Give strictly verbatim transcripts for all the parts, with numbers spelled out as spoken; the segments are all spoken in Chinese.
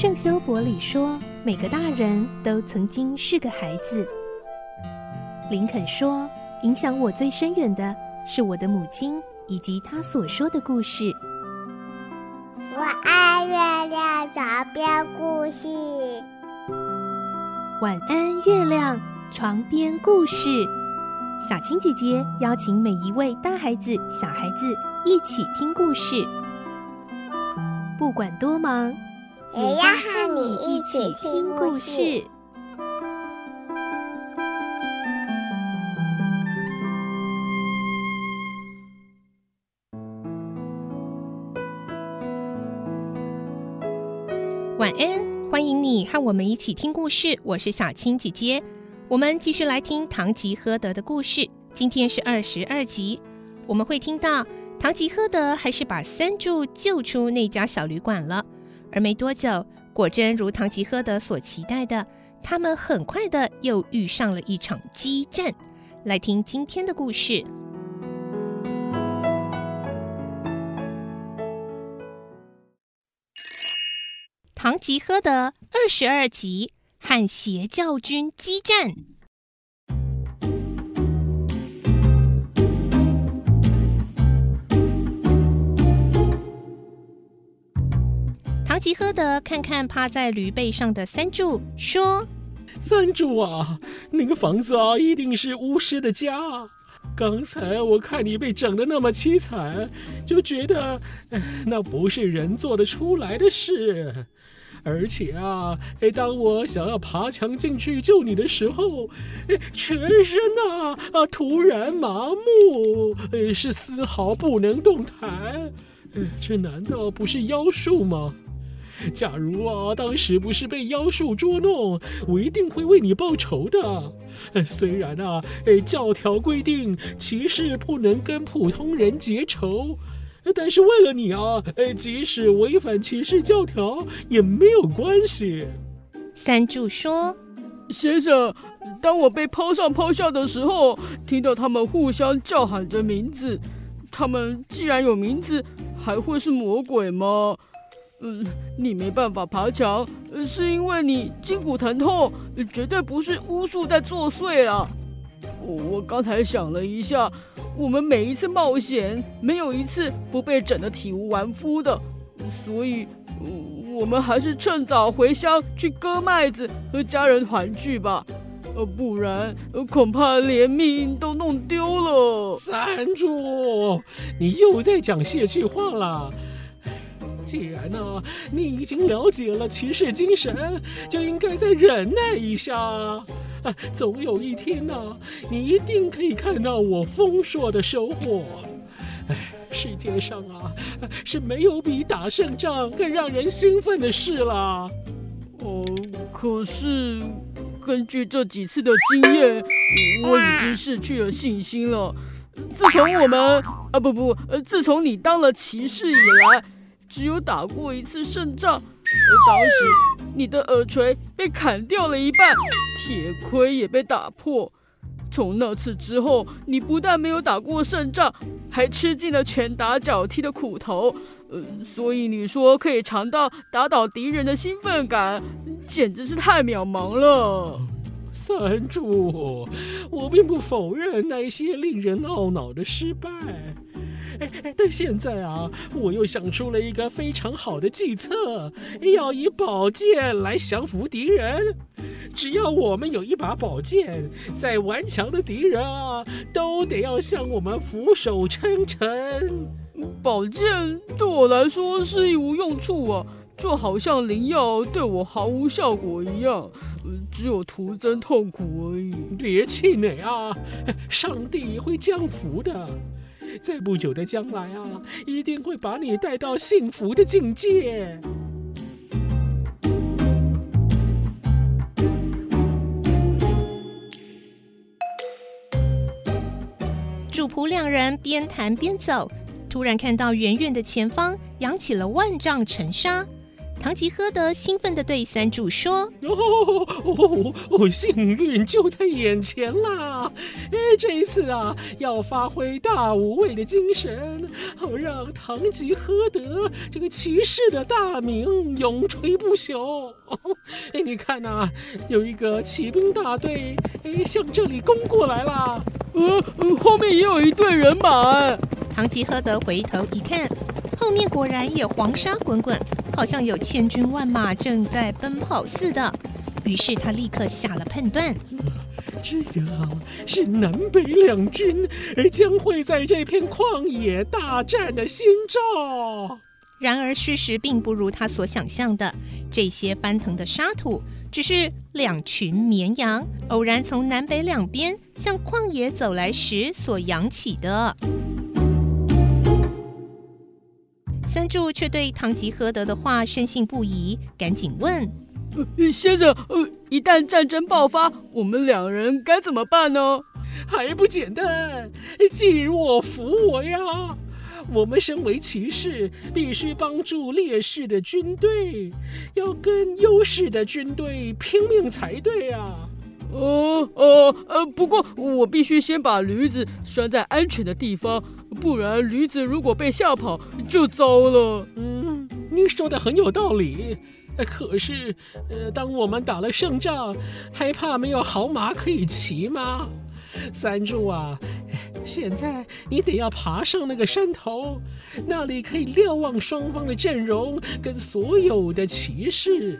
圣修伯里说，每个大人都曾经是个孩子。林肯说，影响我最深远的是我的母亲以及她所说的故事。 我爱月亮床边故事。 晚安，月亮床边故事。小青姐姐邀请每一位大孩子、小孩子一起听故事，不管多忙， 也要和你一起听故事。 晚安，欢迎你和我们一起听故事，我是小青姐姐。我们继续来听堂吉诃德的故事，今天是二十二集。我们会听到堂吉诃德还是把三柱救出那家小旅馆了，而没多久，果真如堂吉诃德所期待的，他们很快的又遇上了一场激战。来听今天的故事。堂吉诃德二十二集，和邪教军激战。堂吉诃德看看趴在驴背上的三柱，说： 三柱啊，那个房子啊，一定是巫师的家。刚才我看你被整得那么凄惨，就觉得那不是人做得出来的事。而且啊，当我想要爬墙进去救你的时候，全身啊啊突然麻木，是丝毫不能动弹。这难道不是妖术吗？假如啊，当时不是被妖术捉弄，我一定会为你报仇的。虽然啊，教条规定骑士不能跟普通人结仇，但是为了你啊，即使违反骑士教条也没有关系。 三柱说： 先生，当我被抛上抛下的时候，听到他们互相叫喊着名字，他们既然有名字，还会是魔鬼吗？嗯，你没办法爬墙，是因为你筋骨疼痛，绝对不是巫术在作祟啦。我刚才想了一下，我们每一次冒险，没有一次不被整得体无完肤的，所以我们还是趁早回乡去割麦子，和家人团聚吧。呃，不然恐怕连命都弄丢了。 三柱，你又在讲泄气话了。既然呢、啊，你已经了解了骑士精神，就应该再忍耐一下啊！总有一天呢、啊，你一定可以看到我丰硕的收获。世界上啊，是没有比打胜仗更让人兴奋的事了。 哦，可是根据这几次的经验，我已经失去了信心了。自从我们啊不不，自从你当了骑士以来，只有打过一次胜仗，而当时你的耳垂被砍掉了一半，铁盔也被打破。从那次之后，你不但没有打过胜仗，还吃尽了拳打脚踢的苦头。呃，所以你说可以尝到打倒敌人的兴奋感，简直是太渺茫了。 三柱，我并不否认那些令人懊恼的失败。但现在啊，我又想出了一个非常好的计策，要以宝剑来降服敌人。只要我们有一把宝剑，再顽强的敌人啊，都得要向我们俯首称臣。 宝剑对我来说是一无用处啊，就好像灵药对我毫无效果一样，只有徒增痛苦而已。 别气馁啊，上帝会降福的。在不久的将来啊，一定会把你带到幸福的境界。 主仆两人边谈边走，突然看到远远的前方扬起了万丈尘沙， 唐吉诃德兴奋地对三柱说： 哦哦哦，幸运就在眼前啦！哎，这一次啊，要发挥大无畏的精神，好让唐吉诃德这个骑士的大名永垂不朽。哎，你看啊，有一个骑兵大队，哎，向这里攻过来啦！ 呃，后面也有一队人马。 唐吉诃德回头一看，后面果然也黄沙滚滚，好像有千军万马正在奔跑似的。于是他立刻下了判断， 这个啊是南北两军将会在这片旷野大战的先兆。 然而事实并不如他所想象的，这些翻腾的沙土只是两群绵羊偶然从南北两边向旷野走来时所扬起的。三柱却对唐吉诃德的话深信不疑，赶紧问： 呃、先生、呃，一旦战争爆发，我们两人该怎么办呢？ 还不简单，既若服我呀！我们身为骑士，必须帮助劣势的军队，要跟优势的军队拼命才对啊！ 呃呃呃，不过我必须先把驴子拴在安全的地方，不然驴子如果被吓跑就糟了。 嗯，你说的很有道理。可是，呃，当我们打了胜仗，还怕没有好马可以骑吗？三柱啊，现在你得要爬上那个山头，那里可以瞭望双方的阵容跟所有的骑士。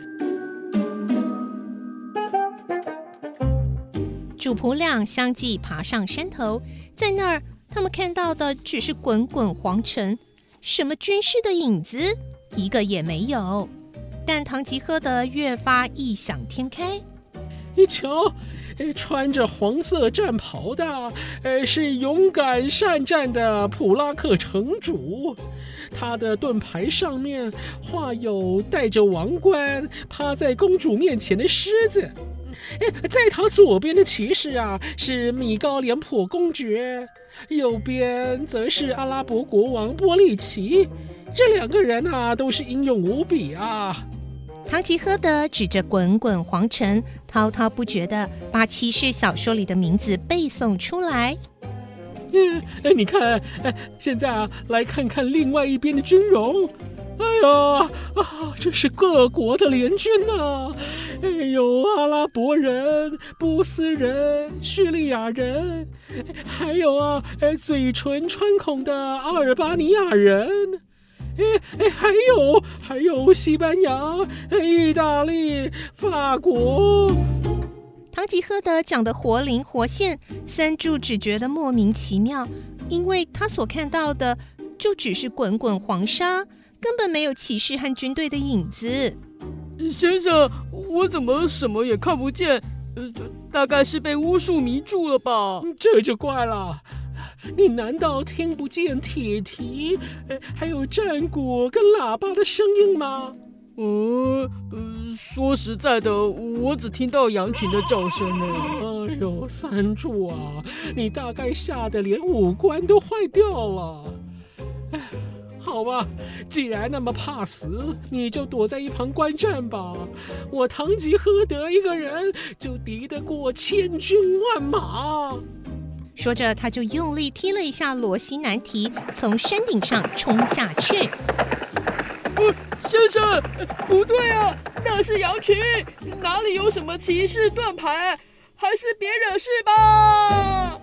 主仆俩相继爬上山头，在那儿他们看到的只是滚滚黄尘，什么军事的影子一个也没有。但唐吉诃德越发异想天开， 你瞧，穿着黄色战袍的是勇敢善战的普拉克城主，他的盾牌上面画有戴着王冠趴在公主面前的狮子。在他左边的骑士啊是米高廉颇公爵，右边则是阿拉伯国王波利奇。这两个人啊都是英勇无比啊！ 唐吉诃德指着滚滚黄尘，滔滔不绝地把骑士小说里的名字背诵出来。 嗯，你看，现在啊，来看看另外一边的军容。哎呀啊，这是各国的联军啊！哎呦，阿拉伯人、波斯人、叙利亚人，还有啊，嘴唇穿孔的阿尔巴尼亚人。哎，还有还有西班牙、意大利、法国。 唐吉诃德讲得活灵活现，三柱只觉得莫名其妙，因为他所看到的就只是滚滚黄沙，根本没有骑士和军队的影子。 先生，我怎么什么也看不见？呃，大概是被巫术迷住了吧？ 这就怪了。你难道听不见铁蹄，还有战鼓跟喇叭的声音吗？ 呃呃，说实在的，我只听到羊群的叫声呢。 哎呦，三柱啊，你大概吓得连五官都坏掉了。哎，好吧，既然那么怕死，你就躲在一旁观战吧。我唐吉诃德一个人就敌得过千军万马。 说着，他就用力踢了一下罗西南提，从山顶上冲下去。 呃，先生，不对啊，那是羊群，哪里有什么骑士盾牌？还是别惹事吧。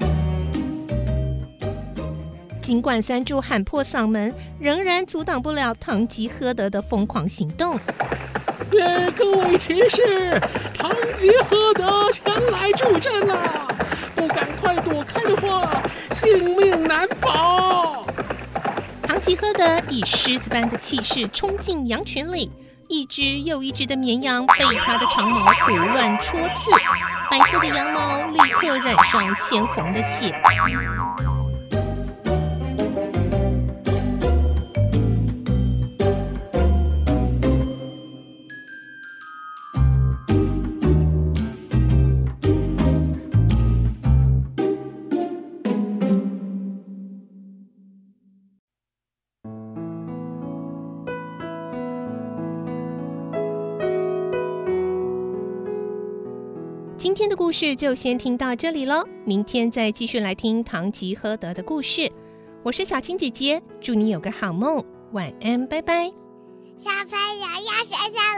尽管三柱喊破嗓门，仍然阻挡不了唐吉诃德的疯狂行动。 哎，各位骑士，唐吉诃德前来助阵了，不赶快躲开的话，性命难保。 唐吉诃德以狮子般的气势冲进羊群里，一只又一只的绵羊被他的长矛胡乱戳刺，白色的羊毛立刻染上鲜红的血。 今天的故事就先听到这里咯，明天再继续来听堂吉诃德的故事。我是小青姐姐，祝你有个好梦，晚安，拜拜。 小朋友要睡觉